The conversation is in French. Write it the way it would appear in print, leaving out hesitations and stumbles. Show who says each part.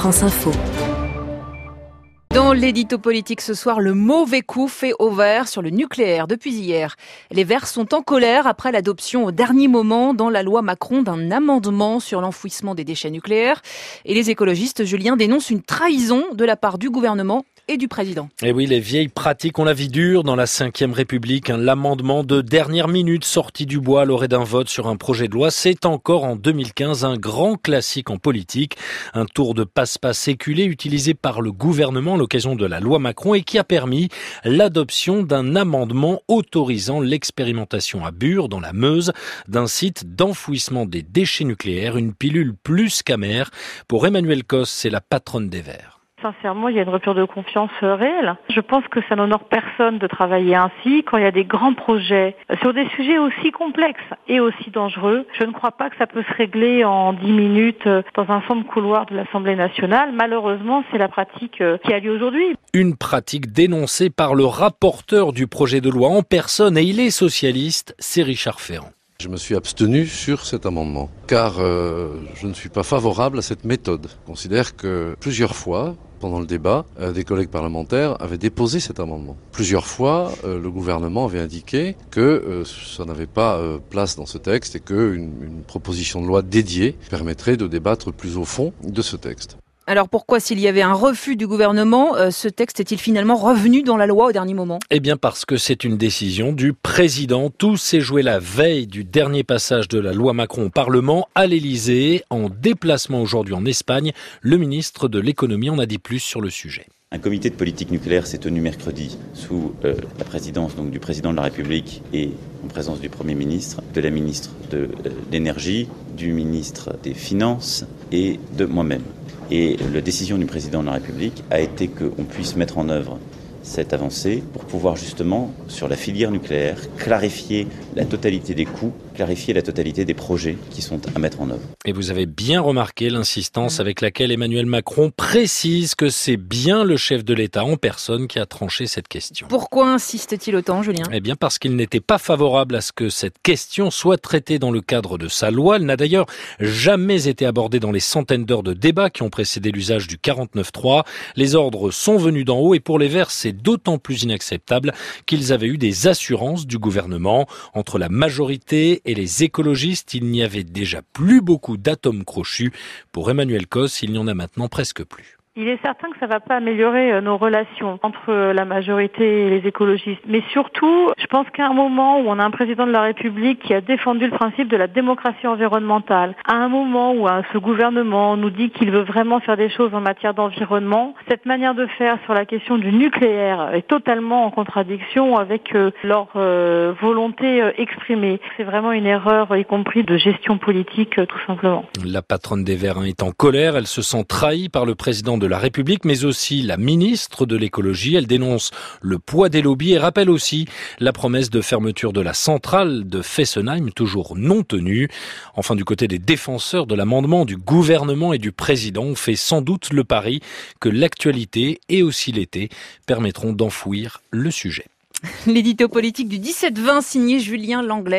Speaker 1: France Info.
Speaker 2: Dans l'édito politique ce soir, le mauvais coup fait aux Verts sur le nucléaire depuis hier. Les Verts sont en colère après l'adoption au dernier moment dans la loi Macron d'un amendement sur l'enfouissement des déchets nucléaires. Et les écologistes, Julien, dénoncent une trahison de la part du gouvernement et du président.
Speaker 3: Et oui, les vieilles pratiques ont la vie dure dans la Ve République. L'amendement de dernière minute sorti du bois à l'orée d'un vote sur un projet de loi, c'est encore en 2015 un grand classique en politique. Un tour de passe-passe éculé utilisé par le gouvernement à l'occasion de la loi Macron et qui a permis l'adoption d'un amendement autorisant l'expérimentation à Bure, dans la Meuse, d'un site d'enfouissement des déchets nucléaires, une pilule plus qu'amère. Pour Emmanuelle Cos, c'est la patronne des Verts.
Speaker 4: Sincèrement, il y a une rupture de confiance réelle. Je pense que ça n'honore personne de travailler ainsi quand il y a des grands projets sur des sujets aussi complexes et aussi dangereux. Je ne crois pas que ça peut se régler en 10 minutes dans un sombre couloir de l'Assemblée nationale. Malheureusement, c'est la pratique qui a lieu aujourd'hui.
Speaker 3: Une pratique dénoncée par le rapporteur du projet de loi en personne, et il est socialiste, c'est Richard Ferrand.
Speaker 5: Je me suis abstenu sur cet amendement, car je ne suis pas favorable à cette méthode. Je considère que plusieurs fois, pendant le débat, des collègues parlementaires avaient déposé cet amendement. Plusieurs fois, le gouvernement avait indiqué que ça n'avait pas place dans ce texte et qu'une proposition de loi dédiée permettrait de débattre plus au fond de ce texte.
Speaker 2: Alors pourquoi, s'il y avait un refus du gouvernement, ce texte est-il finalement revenu dans la loi au dernier moment ?
Speaker 3: Eh bien parce que c'est une décision du président. Tout s'est joué la veille du dernier passage de la loi Macron au Parlement à l'Élysée. En déplacement aujourd'hui en Espagne, le ministre de l'économie en a dit plus sur le sujet.
Speaker 6: Un comité de politique nucléaire s'est tenu mercredi sous la présidence du président de la République et en présence du Premier ministre, de la ministre de l'Énergie, du ministre des Finances et de moi-même. Et la décision du président de la République a été qu'on puisse mettre en œuvre cette avancée pour pouvoir justement, sur la filière nucléaire, clarifier la totalité des coûts, clarifier la totalité des projets qui sont à mettre en œuvre.
Speaker 3: Et vous avez bien remarqué l'insistance avec laquelle Emmanuel Macron précise que c'est bien le chef de l'État en personne qui a tranché cette question.
Speaker 2: Pourquoi insiste-t-il autant, Julien ?
Speaker 3: Eh bien parce qu'il n'était pas favorable à ce que cette question soit traitée dans le cadre de sa loi. Elle n'a d'ailleurs jamais été abordée dans les centaines d'heures de débats qui ont précédé l'usage du 49.3. Les ordres sont venus d'en haut et pour les Verts, c'est d'autant plus inacceptable qu'ils avaient eu des assurances du gouvernement. Entre la majorité et les écologistes, il n'y avait déjà plus beaucoup d'atomes crochus. Pour Emmanuelle Cos, il n'y en a maintenant presque plus.
Speaker 4: Il est certain que ça ne va pas améliorer nos relations entre la majorité et les écologistes. Mais surtout, je pense qu'à un moment où on a un président de la République qui a défendu le principe de la démocratie environnementale, à un moment où ce gouvernement nous dit qu'il veut vraiment faire des choses en matière d'environnement, cette manière de faire sur la question du nucléaire est totalement en contradiction avec leur volonté exprimée. C'est vraiment une erreur, y compris de gestion politique, tout simplement.
Speaker 3: La patronne des Verts est en colère. Elle se sent trahie par le président de la République, mais aussi la ministre de l'écologie. Elle dénonce le poids des lobbies et rappelle aussi la promesse de fermeture de la centrale de Fessenheim, toujours non tenue. Enfin, du côté des défenseurs de l'amendement du gouvernement et du président, on fait sans doute le pari que l'actualité et aussi l'été permettront d'enfouir le sujet.
Speaker 2: L'édito politique du 17-20 signé Julien Langlais.